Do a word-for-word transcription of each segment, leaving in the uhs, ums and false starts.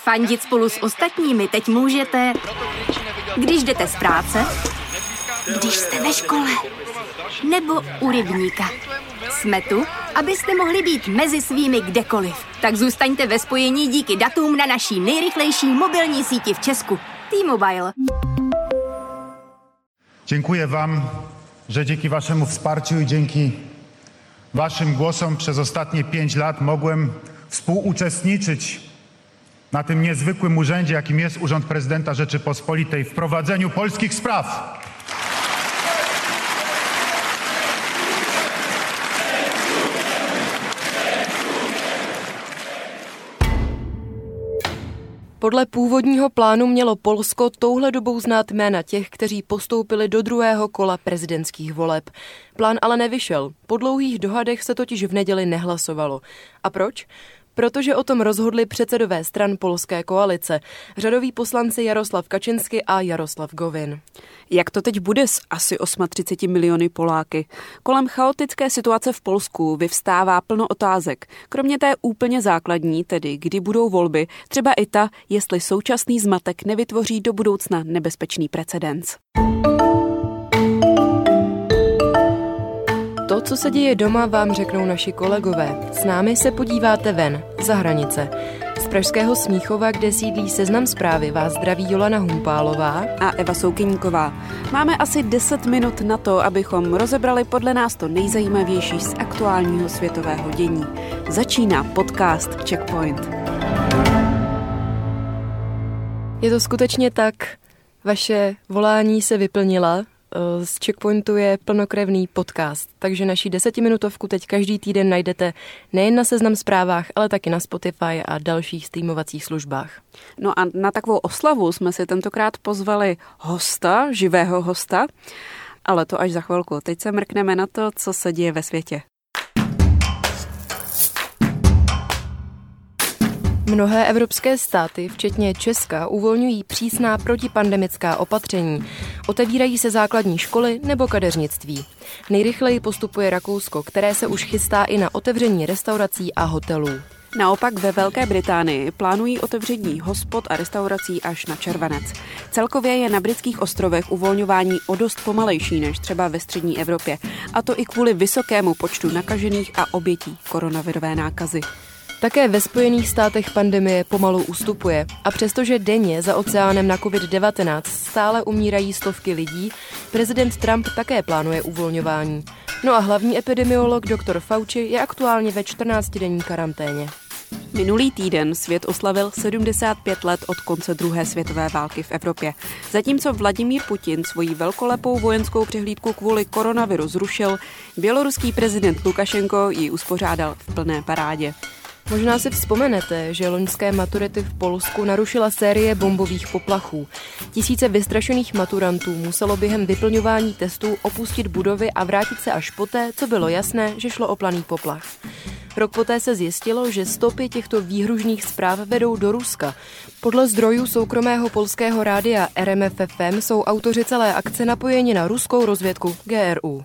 Fandit spolu s ostatními teď můžete, když jdete z práce, když jste ve škole, nebo u rybníka. Jsme tu, abyste mohli být mezi svými kdekoliv. Tak zůstaňte ve spojení díky datům na naší nejrychlejší mobilní síti v Česku. T-Mobile. Dziękuję wam, że dzięki waszemu wsparciu i dzięki waszym głosom przez ostatnie pięć lat mogłem współuczestniczyć na tym niezwykłym urzędzie, jakim jest Urząd Prezydenta Rzeczypospolitej, w prowadzeniu polskich spraw. Podle původního plánu mělo Polsko touhle dobou znát jména těch, kteří postoupili do druhého kola prezidentských voleb. Plán ale nevyšel. Po dlouhých dohadech se totiž v neděli nehlasovalo. A proč? Protože o tom rozhodli předsedové stran polské koalice, řadoví poslanci Jaroslav Kaczyński a Jaroslav Gowin. Jak to teď bude s asi třiceti osmi miliony Poláky? Kolem chaotické situace v Polsku vyvstává plno otázek. Kromě té úplně základní, tedy kdy budou volby, třeba i ta, jestli současný zmatek nevytvoří do budoucna nebezpečný precedens. To, co se děje doma, vám řeknou naši kolegové. S námi se podíváte ven, za hranice. Z pražského Smíchova, kde sídlí Seznam Zprávy, vás zdraví Jolana Humpálová a Eva Soukyníková. Máme asi deset minut na to, abychom rozebrali podle nás to nejzajímavější z aktuálního světového dění. Začíná podcast Checkpoint. Je to skutečně tak. Vaše volání se vyplnila. Z Checkpointu je plnokrevný podcast, takže naši desetiminutovku teď každý týden najdete nejen na Seznam Zprávách, ale taky na Spotify a dalších streamovacích službách. No a na takovou oslavu jsme si tentokrát pozvali hosta, živého hosta, ale to až za chvilku. Teď se mrkneme na to, co se děje ve světě. Mnohé evropské státy, včetně Česka, uvolňují přísná protipandemická opatření. Otevírají se základní školy nebo kadeřnictví. Nejrychleji postupuje Rakousko, které se už chystá i na otevření restaurací a hotelů. Naopak ve Velké Británii plánují otevření hospod a restaurací až na červenec. Celkově je na britských ostrovech uvolňování o dost pomalejší než třeba ve střední Evropě. A to i kvůli vysokému počtu nakažených a obětí koronavirové nákazy. Také ve Spojených státech pandemie pomalu ustupuje a přestože denně za oceánem na covid devatenáct stále umírají stovky lidí, prezident Trump také plánuje uvolňování. No a hlavní epidemiolog doktor Fauci je aktuálně ve čtrnáctidenní karanténě. Minulý týden svět oslavil sedmdesát pět let od konce druhé světové války v Evropě. Zatímco Vladimír Putin svoji velkolepou vojenskou přehlídku kvůli koronaviru zrušil, běloruský prezident Lukašenko ji uspořádal v plné parádě. Možná si vzpomenete, že loňské maturity v Polsku narušila série bombových poplachů. Tisíce vystrašených maturantů muselo během vyplňování testů opustit budovy a vrátit se až poté, co bylo jasné, že šlo o planý poplach. Rok poté se zjistilo, že stopy těchto výhružných zpráv vedou do Ruska. Podle zdrojů soukromého polského rádia R M F F M jsou autoři celé akce napojeni na ruskou rozvědku G R U.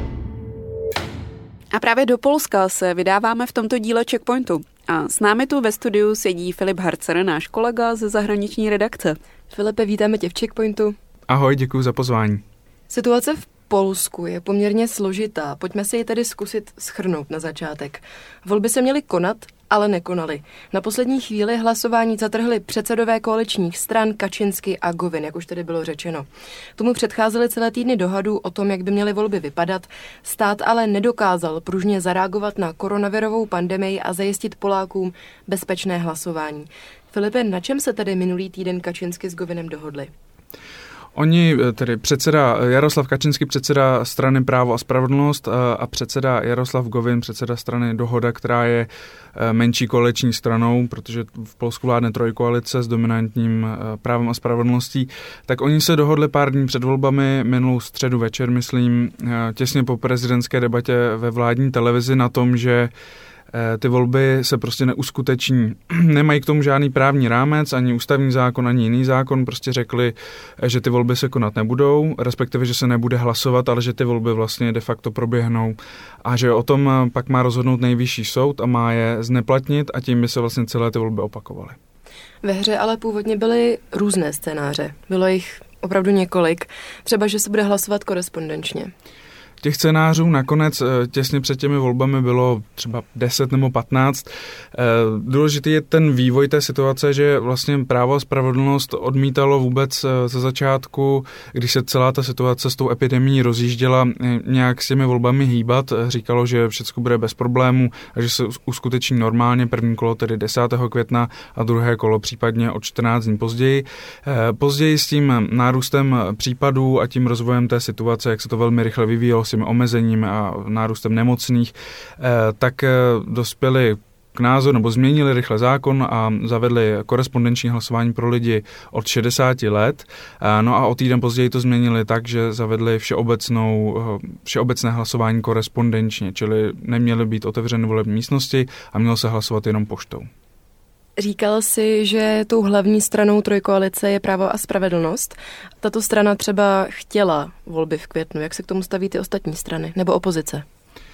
A právě do Polska se vydáváme v tomto díle Checkpointu. A s námi tu ve studiu sedí Filip Harcer, náš kolega ze zahraniční redakce. Filipe, vítáme tě v Checkpointu. Ahoj, děkuji za pozvání. Situace v Polsku je poměrně složitá. Pojďme si ji tedy zkusit shrnout na začátek. Volby se měly konat, ale nekonaly. Na poslední chvíli hlasování zatrhli předsedové koaličních stran Kaczyński a Gowin, jak už tedy bylo řečeno. Tomu předcházely celé týdny dohadů o tom, jak by měly volby vypadat. Stát ale nedokázal pružně zareagovat na koronavirovou pandemii a zajistit Polákům bezpečné hlasování. Filipe, na čem se tedy minulý týden Kaczyński s Gowinem dohodli? Oni, tedy předseda Jaroslav Kaczyński, předseda strany Právo a spravedlnost a předseda Jaroslav Gowin, předseda strany Dohoda, která je menší koaliční stranou, protože v Polsku vládne trojkoalice s dominantním Právem a spravedlností, tak oni se dohodli pár dní před volbami, minulou středu večer, myslím, těsně po prezidentské debatě ve vládní televizi na tom, že ty volby se prostě neuskuteční. Nemají k tomu žádný právní rámec, ani ústavní zákon, ani jiný zákon. Prostě řekli, že ty volby se konat nebudou, respektive, že se nebude hlasovat, ale že ty volby vlastně de facto proběhnou. A že o tom pak má rozhodnout nejvyšší soud a má je zneplatnit a tím by se vlastně celé ty volby opakovaly. Ve hře ale původně byly různé scénáře. Bylo jich opravdu několik. Třeba, že se bude hlasovat korespondenčně. Těch scénářů nakonec těsně před těmi volbami bylo třeba deset nebo patnáct. Důležitý je ten vývoj té situace, že vlastně Právo a spravedlnost odmítalo vůbec ze začátku, když se celá ta situace s tou epidemií rozjížděla, nějak s těmi volbami hýbat. Říkalo, že všechno bude bez problémů a že se uskuteční normálně první kolo, tedy desátého května a druhé kolo případně o čtrnáct dní později. Později s tím nárůstem případů a tím rozvojem té situace, jak se to velmi rychle vyvíjelo, těmi omezením a nárůstem nemocných, tak dospěli k názoru, nebo změnili rychle zákon a zavedli korespondenční hlasování pro lidi od šedesáti let. No a o týden později to změnili tak, že zavedli všeobecnou, všeobecné hlasování korespondenčně, čili neměly být otevřené volební místnosti a mělo se hlasovat jenom poštou. Říkal jsi, že tou hlavní stranou trojkoalice je Právo a spravedlnost. Tato strana třeba chtěla volby v květnu. Jak se k tomu staví ty ostatní strany nebo opozice?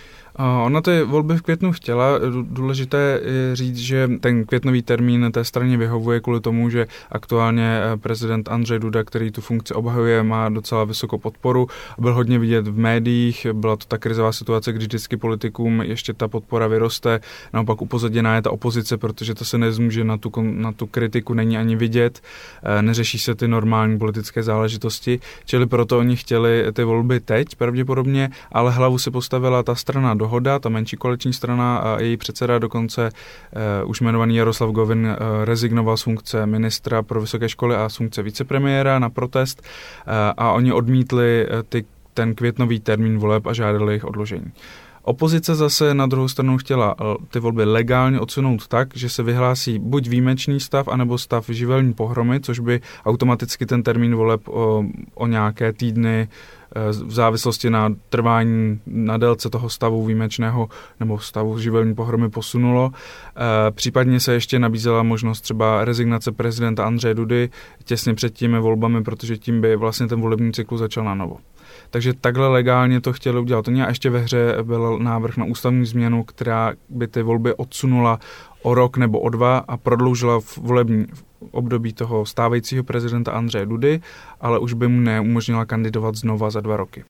Ona ty volby v květnu chtěla. Důležité je říct, že ten květnový termín té straně vyhovuje kvůli tomu, že aktuálně prezident Andřej Duda, který tu funkci obhajuje, má docela vysokou podporu. Byl hodně vidět v médiích, byla to ta krizová situace, kdy vždycky politikům ještě ta podpora vyroste. Naopak upozaděná je ta opozice, protože to se nezmůže, na tu, na tu kritiku není ani vidět, neřeší se ty normální politické záležitosti, čili proto oni chtěli ty volby teď pravděpodobně, ale hlavu si postavila ta strana do Dohoda, ta menší koaliční strana a její předseda, dokonce uh, už jmenovaný Jaroslav Govin, uh, rezignoval z funkce ministra pro vysoké školy a z funkce vicepremiéra na protest uh, a oni odmítli uh, ty, ten květnový termín voleb a žádali jejich odložení. Opozice zase na druhou stranu chtěla ty volby legálně odsunout tak, že se vyhlásí buď výjimečný stav, anebo stav živelní pohromy, což by automaticky ten termín voleb o, o nějaké týdny v závislosti na trvání, na délce toho stavu výjimečného nebo stavu živelní pohromy posunulo. Případně se ještě nabízela možnost třeba rezignace prezidenta Andřeje Dudy těsně před těmi volbami, protože tím by vlastně ten volební cyklus začal na novo. Takže takhle legálně to chtěli udělat. A ještě ve hře byl návrh na ústavní změnu, která by ty volby odsunula o rok nebo o dva a prodloužila v volební období toho stávajícího prezidenta Andřeje Dudy, ale už by mu neumožnila kandidovat znova za dva roky.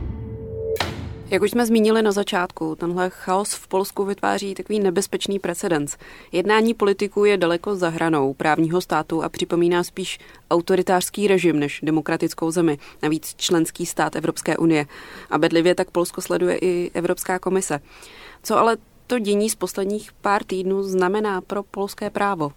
Jak už jsme zmínili na začátku, tenhle chaos v Polsku vytváří takový nebezpečný precedens. Jednání politiků je daleko za hranou právního státu a připomíná spíš autoritářský režim než demokratickou zemi, navíc členský stát Evropské unie. A bedlivě tak Polsko sleduje i Evropská komise. Co ale to dění z posledních pár týdnů znamená pro polské právo?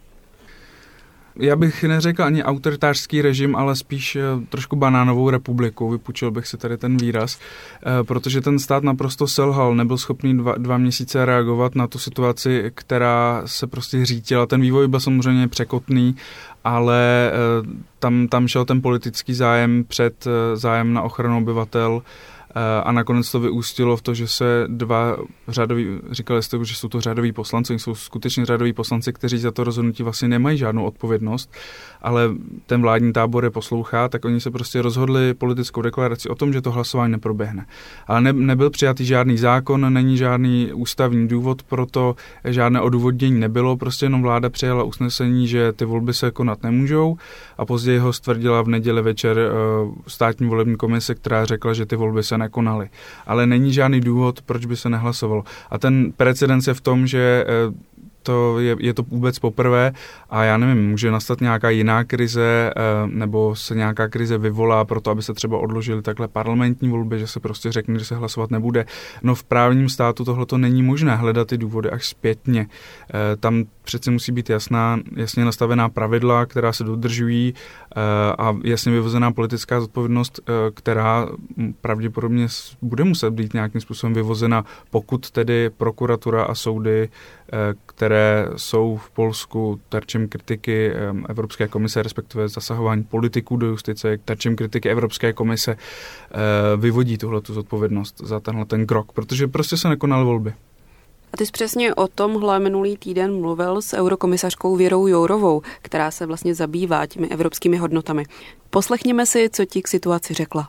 Já bych neřekl ani autoritářský režim, ale spíš trošku banánovou republiku, vypůjčil bych si tady ten výraz, protože ten stát naprosto selhal, nebyl schopný dva, dva měsíce reagovat na tu situaci, která se prostě řítila. Ten vývoj byl samozřejmě překotný, ale tam, tam šel ten politický zájem před zájem na ochranu obyvatel. A nakonec to vyústilo v to, že se dva řadoví, říkali jste, že jsou to řadoví poslanci, jsou skutečně řadoví poslanci, kteří za to rozhodnutí vlastně nemají žádnou odpovědnost, ale ten vládní tábor je poslouchá, tak oni se prostě rozhodli politickou deklaraci o tom, že to hlasování neproběhne. Ale ne, nebyl přijatý žádný zákon, není žádný ústavní důvod pro to, žádné odůvodnění nebylo, prostě jenom vláda přijala usnesení, že ty volby se konat nemůžou a později ho stvrdila v neděli večer státní volební komise, která řekla, že ty volby se nekonali. Ale není žádný důvod, proč by se nehlasovalo. A ten precedens je v tom, že to je, je to vůbec poprvé a já nevím, může nastat nějaká jiná krize nebo se nějaká krize vyvolá proto, aby se třeba odložily takhle parlamentní volby, že se prostě řekne, že se hlasovat nebude. No v právním státu tohle to není možné hledat ty důvody až zpětně. Tam přece musí být jasná, jasně nastavená pravidla, která se dodržují a jasně vyvozená politická zodpovědnost, která pravděpodobně bude muset být nějakým způsobem vyvozena, pokud tedy prokuratura a soudy, které jsou v Polsku terčem kritiky Evropské komise, respektive zasahování politiků do justice, terčem kritiky Evropské komise, vyvodí tuhletu zodpovědnost za tenhle ten krok, protože prostě se nekonaly volby. A ty jsi přesně o tomhle minulý týden mluvil s eurokomisařkou Věrou Jourovou, která se vlastně zabývá těmi evropskými hodnotami. Poslechněme si, co ti k situaci řekla.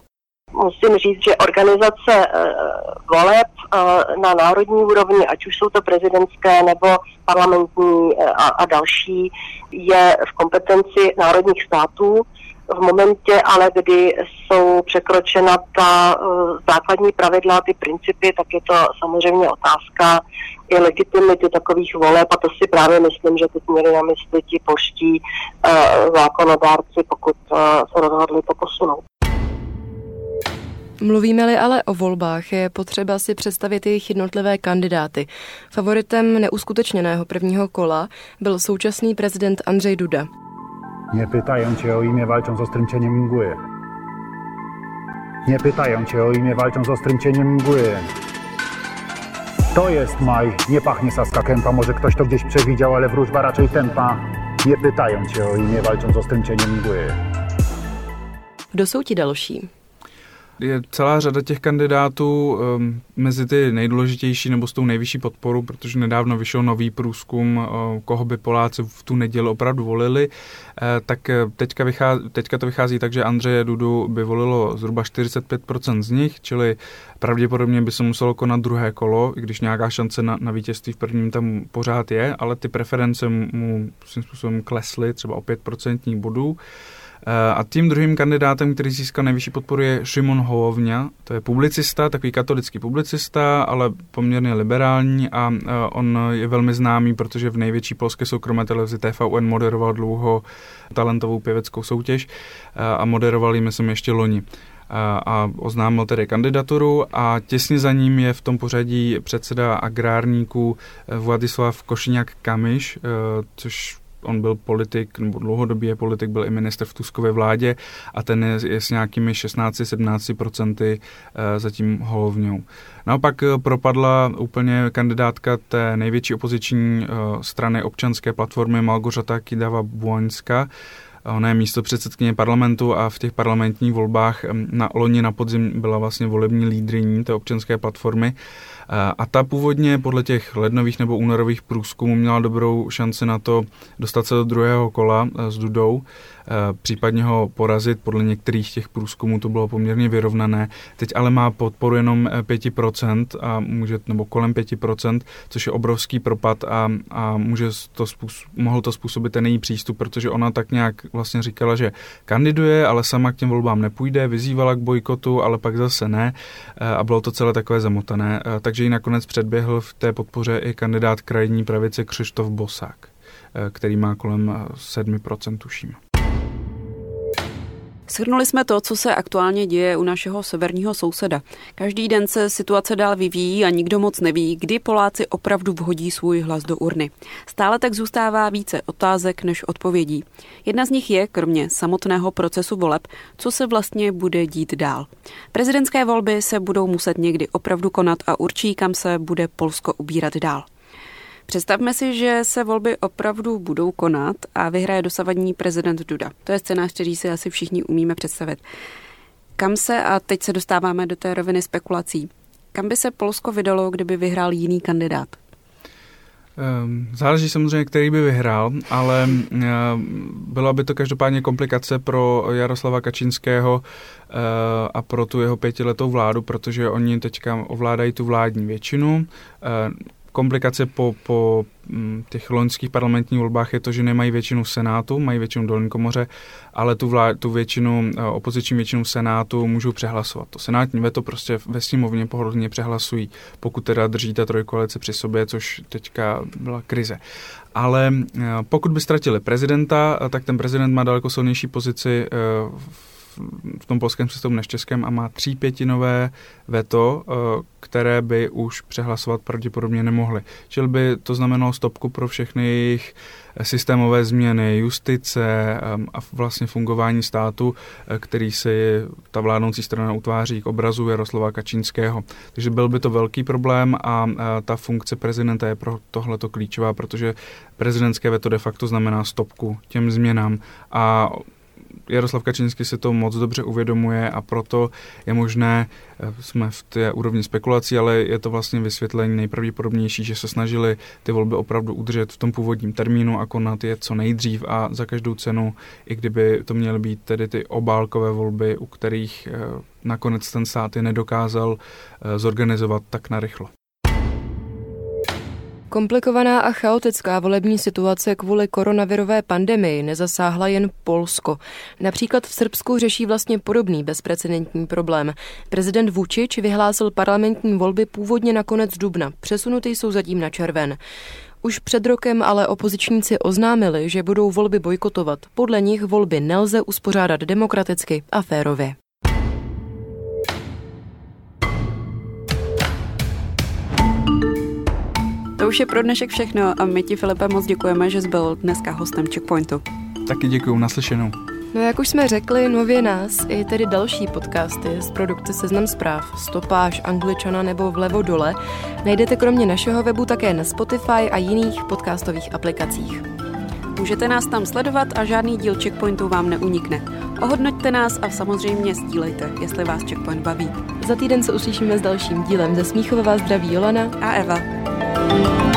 Musím říct, že organizace voleb na národní úrovni, ať už jsou to prezidentské nebo parlamentní a, a další, je v kompetenci národních států. V momentě ale, kdy jsou překročena ta základní pravidla, ty principy, tak je to samozřejmě otázka i legitimity takových voleb, a to si právě myslím, že teď měli na mysli ti polští uh, zákonodárci, pokud uh, se rozhodli to posunout. Mluvíme-li ale o volbách, je potřeba si představit jejich jednotlivé kandidáty. Favoritem neuskutečněného prvního kola byl současný prezident Andrzej Duda. Nie pytają cię o imię, walczą z ostrym cieniem mgły. Nie pytają cię o imię, walczą z ostrym cieniem mgły. To jest maj, nie pachnie Saska Kępa, może ktoś to gdzieś przewidział, ale wróżba raczej tępa. Nie pytają cię o imię, walczą z ostrym cieniem mgły. Kdo jsou ti další? Je celá řada těch kandidátů um, mezi ty nejdůležitější nebo s tou nejvyšší podporu, protože nedávno vyšel nový průzkum, uh, koho by Poláci v tu neděli opravdu volili, uh, tak teďka, vychází, teďka to vychází tak, že Andřeje Dudu by volilo zhruba čtyřicet pět procent z nich, čili pravděpodobně by se muselo konat druhé kolo, i když nějaká šance na, na vítězství v prvním tam pořád je, ale ty preference mu svým způsobem klesly třeba o pět procentních bodů. A tím druhým kandidátem, který získal nejvyšší podporu, je Šimon Hołownia. To je publicista, takový katolický publicista, ale poměrně liberální, a on je velmi známý, protože v největší polské soukromé televizi T V N moderoval dlouho talentovou pěveckou soutěž a moderoval ji, myslím, ještě loni. A oznámil tedy kandidaturu a těsně za ním je v tom pořadí předseda agrárníků Władysław Kosiniak-Kamysz, což on byl politik, nebo dlouhodobý je politik, byl i ministr v Tuskově vládě, a ten je, je s nějakými šestnáct až sedmnáct procenty e, zatím Hołownią. Naopak propadla úplně kandidátka té největší opoziční e, strany Občanské platformy Malgorzata Kidawa-Błońska. Ona je místo předsedkyně parlamentu a v těch parlamentních volbách na loni na podzim byla vlastně volební lídryní té Občanské platformy. A ta původně podle těch lednových nebo únorových průzkumů měla dobrou šanci na to dostat se do druhého kola s Dudou, případně ho porazit. Podle některých těch průzkumů to bylo poměrně vyrovnané. Teď ale má podporu jenom pět procent a může, nebo kolem pět procent, což je obrovský propad, a, a může to způsob, mohl to způsobit ten její přístup, protože ona tak nějak vlastně říkala, že kandiduje, ale sama k těm volbám nepůjde, vyzývala k bojkotu, ale pak zase ne, a bylo to celé takové zamotané. Takže ji nakonec předběhl v té podpoře i kandidát krajní pravice Krzysztof Bosak, který má kolem sedm procent, tuším. Shrnuli jsme to, co se aktuálně děje u našeho severního souseda. Každý den se situace dál vyvíjí a nikdo moc neví, kdy Poláci opravdu vhodí svůj hlas do urny. Stále tak zůstává více otázek než odpovědí. Jedna z nich je, kromě samotného procesu voleb, co se vlastně bude dít dál. Prezidentské volby se budou muset někdy opravdu konat a určí, kam se bude Polsko ubírat dál. Představme si, že se volby opravdu budou konat a vyhraje dosavadní prezident Duda. To je scénář, který si asi všichni umíme představit. Kam se, a teď se dostáváme do té roviny spekulací, kam by se Polsko vydalo, kdyby vyhrál jiný kandidát? Záleží samozřejmě, který by vyhrál, ale byla by to každopádně komplikace pro Jaroslava Kačinského a pro tu jeho pětiletou vládu, protože oni teďka ovládají tu vládní většinu. Komplikace po, po těch loňských parlamentních volbách je to, že nemají většinu v Senátu, mají většinu v dolní komoře, ale tu, vlá, tu většinu, opoziční většinu v Senátu můžou přehlasovat. To senátní veto prostě ve sněmovně pohodlně přehlasují, pokud teda drží ta trojkoalice při sobě, což teďka byla krize. Ale pokud by ztratili prezidenta, tak ten prezident má daleko silnější pozici v tom polském systému než českém a má třípětinové veto, které by už přehlasovat pravděpodobně nemohly. Čili by to znamenalo stopku pro všechny jejich systémové změny, justice a vlastně fungování státu, který si ta vládnoucí strana utváří k obrazu Jaroslava Kačinského. Takže byl by to velký problém a ta funkce prezidenta je pro tohleto klíčová, protože prezidentské veto de facto znamená stopku těm změnám a Jaroslav Kačínský si to moc dobře uvědomuje a proto je možné, jsme v té úrovni spekulací, ale je to vlastně vysvětlení nejpravděpodobnější, že se snažili ty volby opravdu udržet v tom původním termínu a konat je co nejdřív a za každou cenu, i kdyby to měly být tedy ty obálkové volby, u kterých nakonec ten stát je nedokázal zorganizovat tak narychlo. Komplikovaná a chaotická volební situace kvůli koronavirové pandemii nezasáhla jen Polsko. Například v Srbsku řeší vlastně podobný bezprecedentní problém. Prezident Vučić vyhlásil parlamentní volby původně na konec dubna. Přesunuty jsou zatím na červen. Už před rokem ale opozičníci oznámili, že budou volby bojkotovat. Podle nich volby nelze uspořádat demokraticky a férově. To už je pro dnešek všechno a my ti, Filipe, moc děkujeme, že jsi byl dneska hostem Checkpointu. Taky děkuju, naslyšenou. No jak už jsme řekli, nově nás i tedy další podcasty z produkce Seznam zpráv, Stopáž, Angličana nebo Vlevo dole najdete kromě našeho webu také na Spotify a jiných podcastových aplikacích. Můžete nás tam sledovat a žádný díl Checkpointu vám neunikne. Ohodnoťte nás a samozřejmě sdílejte, jestli vás Checkpoint baví. Za týden se uslyšíme s dalším dílem. Ze Smíchova vás zdraví Jolana a Eva.